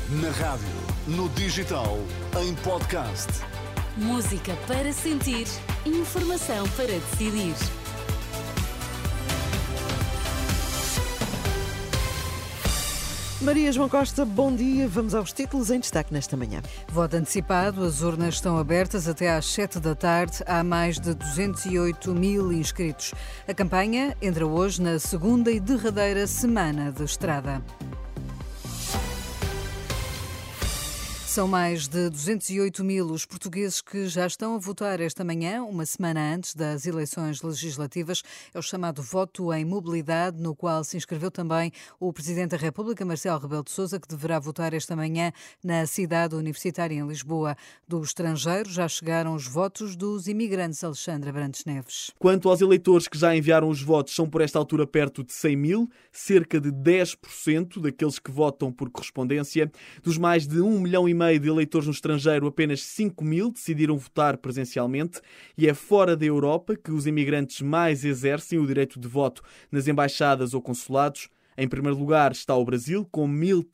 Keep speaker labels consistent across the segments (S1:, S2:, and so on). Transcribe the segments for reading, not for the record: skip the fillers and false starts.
S1: Na rádio, no digital, em podcast.
S2: Música para sentir, informação para decidir.
S3: Maria João Costa, bom dia. Vamos aos títulos em destaque nesta manhã.
S4: Voto antecipado, as urnas estão abertas até às 7 da tarde. Há mais de 208 mil inscritos. A campanha entra hoje na segunda e derradeira semana de estrada. São mais de 208 mil os portugueses que já estão a votar esta manhã, uma semana antes das eleições legislativas. É o chamado voto em mobilidade, no qual se inscreveu também o Presidente da República, Marcelo Rebelo de Sousa, que deverá votar esta manhã na cidade universitária em Lisboa. Do estrangeiro já chegaram os votos dos imigrantes. Alexandra Brandes Neves.
S5: Quanto aos eleitores que já enviaram os votos, são por esta altura perto de 100 mil, cerca de 10% daqueles que votam por correspondência. Dos mais de 1,5 milhão de eleitores no estrangeiro, apenas 5 mil decidiram votar presencialmente, e é fora da Europa que os imigrantes mais exercem o direito de voto nas embaixadas ou consulados. Em primeiro lugar está o Brasil, com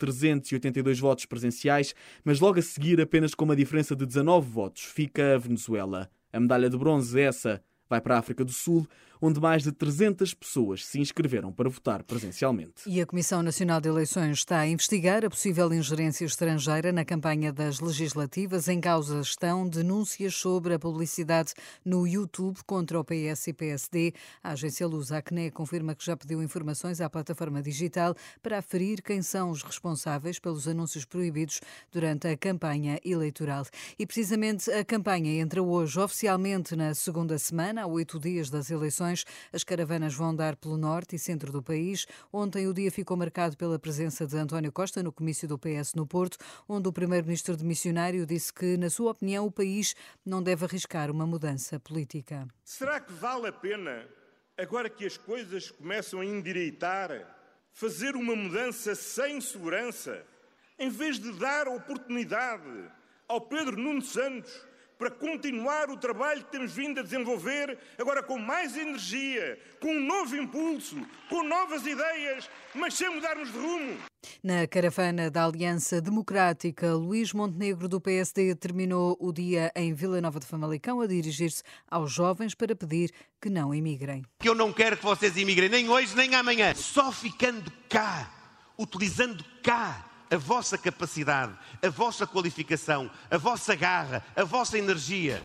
S5: 1.382 votos presenciais, mas logo a seguir, apenas com uma diferença de 19 votos, fica a Venezuela. A medalha de bronze, essa, vai para a África do Sul, onde mais de 300 pessoas se inscreveram para votar presencialmente.
S4: E a Comissão Nacional de Eleições está a investigar a possível ingerência estrangeira na campanha das legislativas. Em causa estão denúncias sobre a publicidade no YouTube contra o PS e PSD. A agência Lusa, a CNE, confirma que já pediu informações à plataforma digital para aferir quem são os responsáveis pelos anúncios proibidos durante a campanha eleitoral. E precisamente a campanha entra hoje oficialmente na segunda semana, há 8 dias das eleições. As caravanas vão andar pelo norte e centro do país. Ontem o dia ficou marcado pela presença de António Costa no comício do PS no Porto, onde o primeiro-ministro demissionário disse que, na sua opinião, o país não deve arriscar uma mudança política.
S6: Será que vale a pena, agora que as coisas começam a endireitar, fazer uma mudança sem segurança, em vez de dar oportunidade ao Pedro Nuno Santos para continuar o trabalho que temos vindo a desenvolver, agora com mais energia, com um novo impulso, com novas ideias, mas sem mudarmos de rumo?
S4: Na caravana da Aliança Democrática, Luís Montenegro, do PSD, terminou o dia em Vila Nova de Famalicão a dirigir-se aos jovens para pedir que não emigrem.
S7: Eu não quero que vocês emigrem, nem hoje nem amanhã. Só ficando cá, utilizando cá a vossa capacidade, a vossa qualificação, a vossa garra, a vossa energia.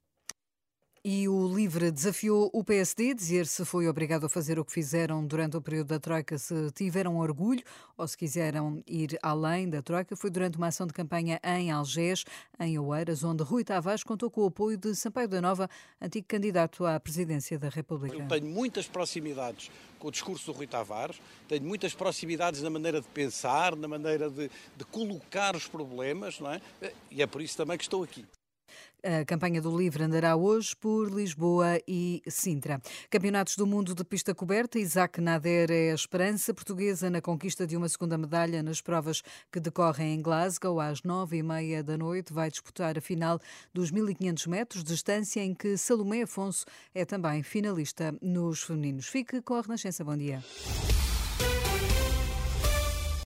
S4: E o LIVRE desafiou o PSD, dizer se foi obrigado a fazer o que fizeram durante o período da Troika, se tiveram orgulho ou se quiseram ir além da Troika. Foi durante uma ação de campanha em Algés, em Oeiras, onde Rui Tavares contou com o apoio de Sampaio da Nova, antigo candidato à presidência da República.
S8: Eu tenho muitas proximidades com o discurso do Rui Tavares, tenho muitas proximidades na maneira de pensar, na maneira de colocar os problemas, não é? E é por isso também que estou aqui.
S4: A campanha do LIVRE andará hoje por Lisboa e Sintra. Campeonatos do Mundo de pista coberta. Isaac Nader é a esperança portuguesa na conquista de uma segunda medalha nas provas que decorrem em Glasgow. Às 9h30 da noite vai disputar a final dos 1.500 metros, distância em que Salomé Afonso é também finalista nos femininos. Fique com a Renascença. Bom dia.